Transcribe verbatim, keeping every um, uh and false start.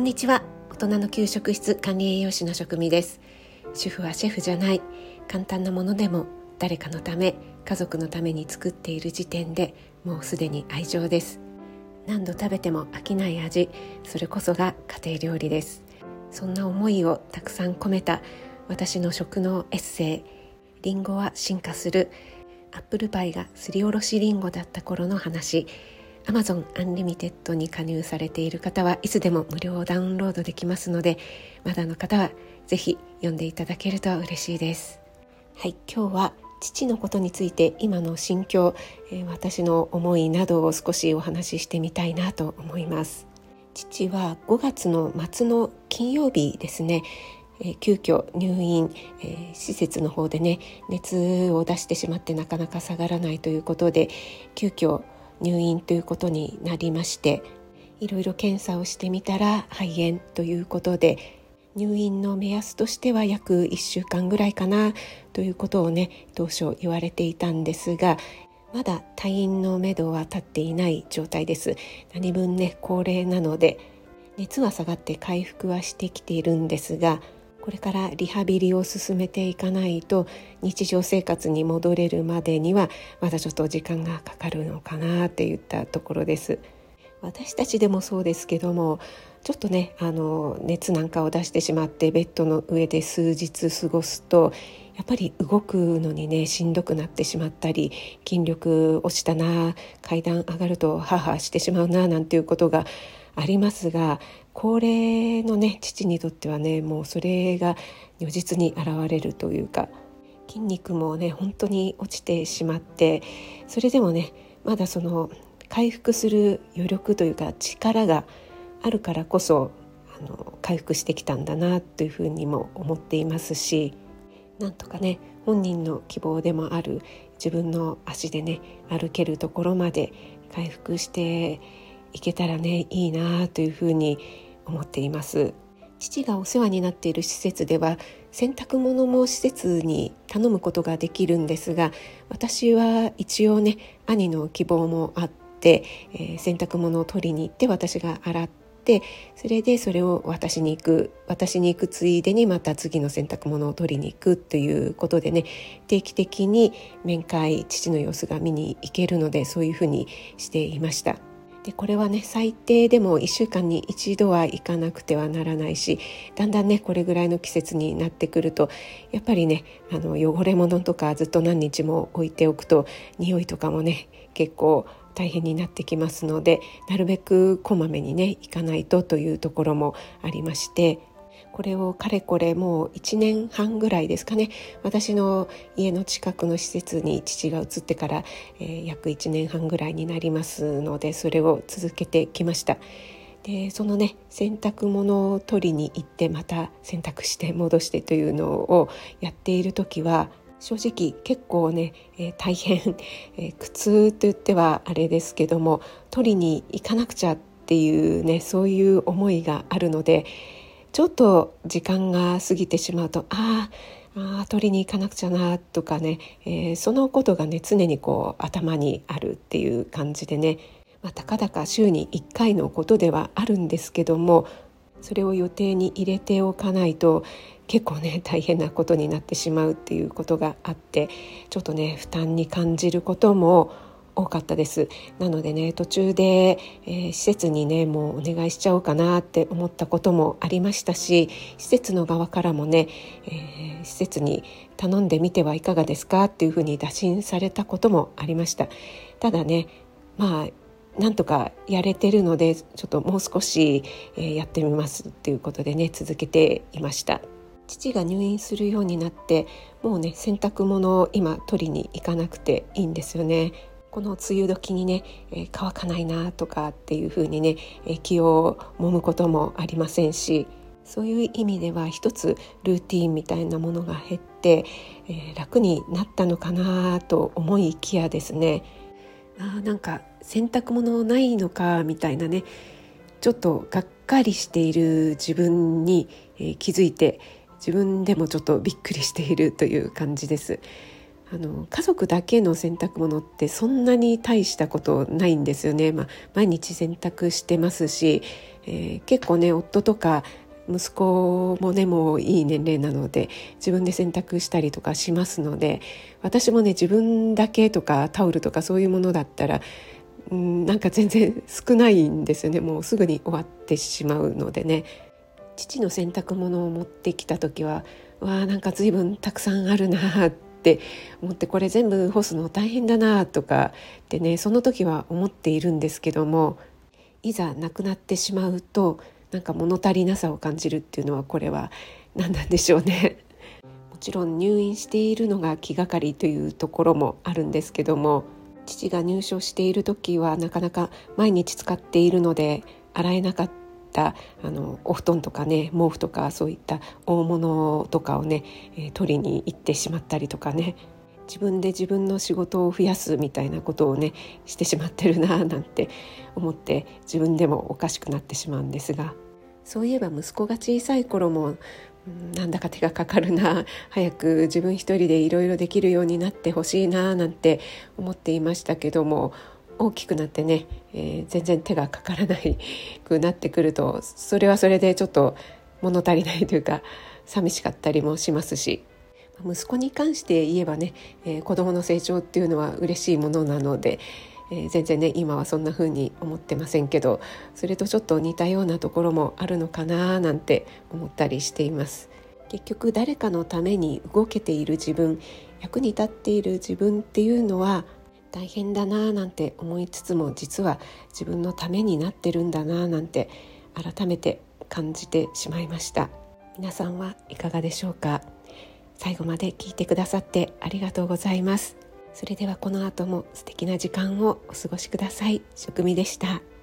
にちは。大人の給食室管理栄養士の食味です。主婦はシェフじゃない。簡単なものでも誰かのため、家族のために作っている時点でもうすでに愛情です。何度食べても飽きない味、それこそが家庭料理です。そんな思いをたくさん込めた私の食のエッセイ、リンゴは進化する。アップルパイがすりおろしリンゴだった頃の話。Amazon Unlimited に加入されている方はいつでも無料ダウンロードできますので、まだの方はぜひ読んでいただけると嬉しいです。はい、今日は父のことについて、今の心境、えー、私の思いなどを少しお話ししてみたいなと思います。父はごがつの末の金曜日ですね、えー、急遽入院、えー、施設の方でね熱を出してしまってなかなか下がらないということで、急遽入院ということになりまして、いろいろ検査をしてみたら肺炎ということで、入院の目安としては約いっしゅうかんぐらいかなということをね当初言われていたんですが、まだ退院のめどは立っていない状態です。何分ね高齢なので、熱は下がって回復はしてきているんですが、これからリハビリを進めていかないと日常生活に戻れるまでにはまだちょっと時間がかかるのかなっていったところです。私たちでもそうですけども、ちょっとねあの熱なんかを出してしまってベッドの上で数日過ごすと、やっぱり動くのにねしんどくなってしまったり、筋力落ちたな、階段上がるとハーハーしてしまうななんていうことがありますが、高齢のね父にとってはねもうそれが如実に現れるというか、筋肉もね本当に落ちてしまって、それでもねまだその回復する余力というか力があるからこそあの回復してきたんだなというふうにも思っていますし、なんとかね本人の希望でもある自分の足でね歩けるところまで回復していけたらねいいなというふうに思っています。父がお世話になっている施設では洗濯物も施設に頼むことができるんですが、私は一応ね兄の希望もあって、えー、洗濯物を取りに行って私が洗って、それでそれを私に行く私に行くついでにまた次の洗濯物を取りに行くということでね、定期的に面会父の様子が見に行けるので、そういうふうにしていました。でこれはね最低でもいっしゅうかんに一度は行かなくてはならないし、だんだんねこれぐらいの季節になってくるとやっぱりねあの汚れ物とかずっと何日も置いておくと匂いとかもね結構大変になってきますので、なるべくこまめにね行かないとというところもありまして、これをかれこれもういちねんはんぐらいですかね、私の家の近くの施設に父が移ってから、えー、約いちねんはんぐらいになりますので、それを続けてきました。でそのね洗濯物を取りに行ってまた洗濯して戻してというのをやっている時は正直結構ね、えー、大変、えー、苦痛と言ってはあれですけども、取りに行かなくちゃっていうねそういう思いがあるので、ちょっと時間が過ぎてしまうとああ取りに行かなくちゃなとかね、えー、そのことがね常にこう頭にあるっていう感じでね、まあ、たかだか週にいっかいのことではあるんですけども、それを予定に入れておかないと結構ね大変なことになってしまうっていうことがあって、ちょっとね負担に感じることも多かったです。なのでね途中で、えー、施設にねもうお願いしちゃおうかなって思ったこともありましたし、施設の側からもね、えー、施設に頼んでみてはいかがですかっていうふうに打診されたこともありました。ただねまあなんとかやれてるのでちょっともう少し、えー、やってみますっていうことでね続けていました。父が入院するようになってもうね洗濯物を今取りに行かなくていいんですよね。この梅雨時にね、えー、乾かないなとかっていう風にね、えー、気を揉むこともありませんし、そういう意味では一つルーティーンみたいなものが減って、えー、楽になったのかなと思いきやですね、あーなんか洗濯物ないのかみたいなね、ちょっとがっかりしている自分に、えー、気づいて、自分でもちょっとびっくりしているという感じです。 あの家族だけの洗濯物ってそんなに大したことないんですよね。まあ、毎日洗濯してますし、えー、結構ね夫とか息子もねもういい年齢なので自分で洗濯したりとかしますので、私もね自分だけとかタオルとかそういうものだったらうんなんか全然少ないんですよね。もうすぐに終わってしまうのでね。父の洗濯物を持ってきた時はわあなんか随分たくさんあるなって思って、これ全部干すの大変だなとかってねその時は思っているんですけども、いざなくなってしまうとなんか物足りなさを感じるっていうのはこれは何なんでしょうね。もちろん入院しているのが気がかりというところもあるんですけども、父が入所している時はなかなか毎日使っているので洗えなかったあのお布団とかね毛布とかそういった大物とかをね、えー、取りに行ってしまったりとかね、自分で自分の仕事を増やすみたいなことをねしてしまってるななんて思って自分でもおかしくなってしまうんですが、そういえば息子が小さい頃もなんだか手がかかるな、早く自分一人でいろいろできるようになってほしいななんて思っていましたけども、大きくなってね、えー、全然手がかからないくなってくるとそれはそれでちょっと物足りないというか寂しかったりもしますし、息子に関して言えばね、えー、子供の成長っていうのは嬉しいものなので、えー、全然ね今はそんな風に思ってませんけど、それとちょっと似たようなところもあるのかななんて思ったりしています。結局誰かのために動けている自分、役に立っている自分っていうのは大変だななんて思いつつも、実は自分のためになってるんだななんて改めて感じてしまいました。皆さんはいかがでしょうか。最後まで聞いてくださってありがとうございます。それではこの後も素敵な時間をお過ごしください。しょくみでした。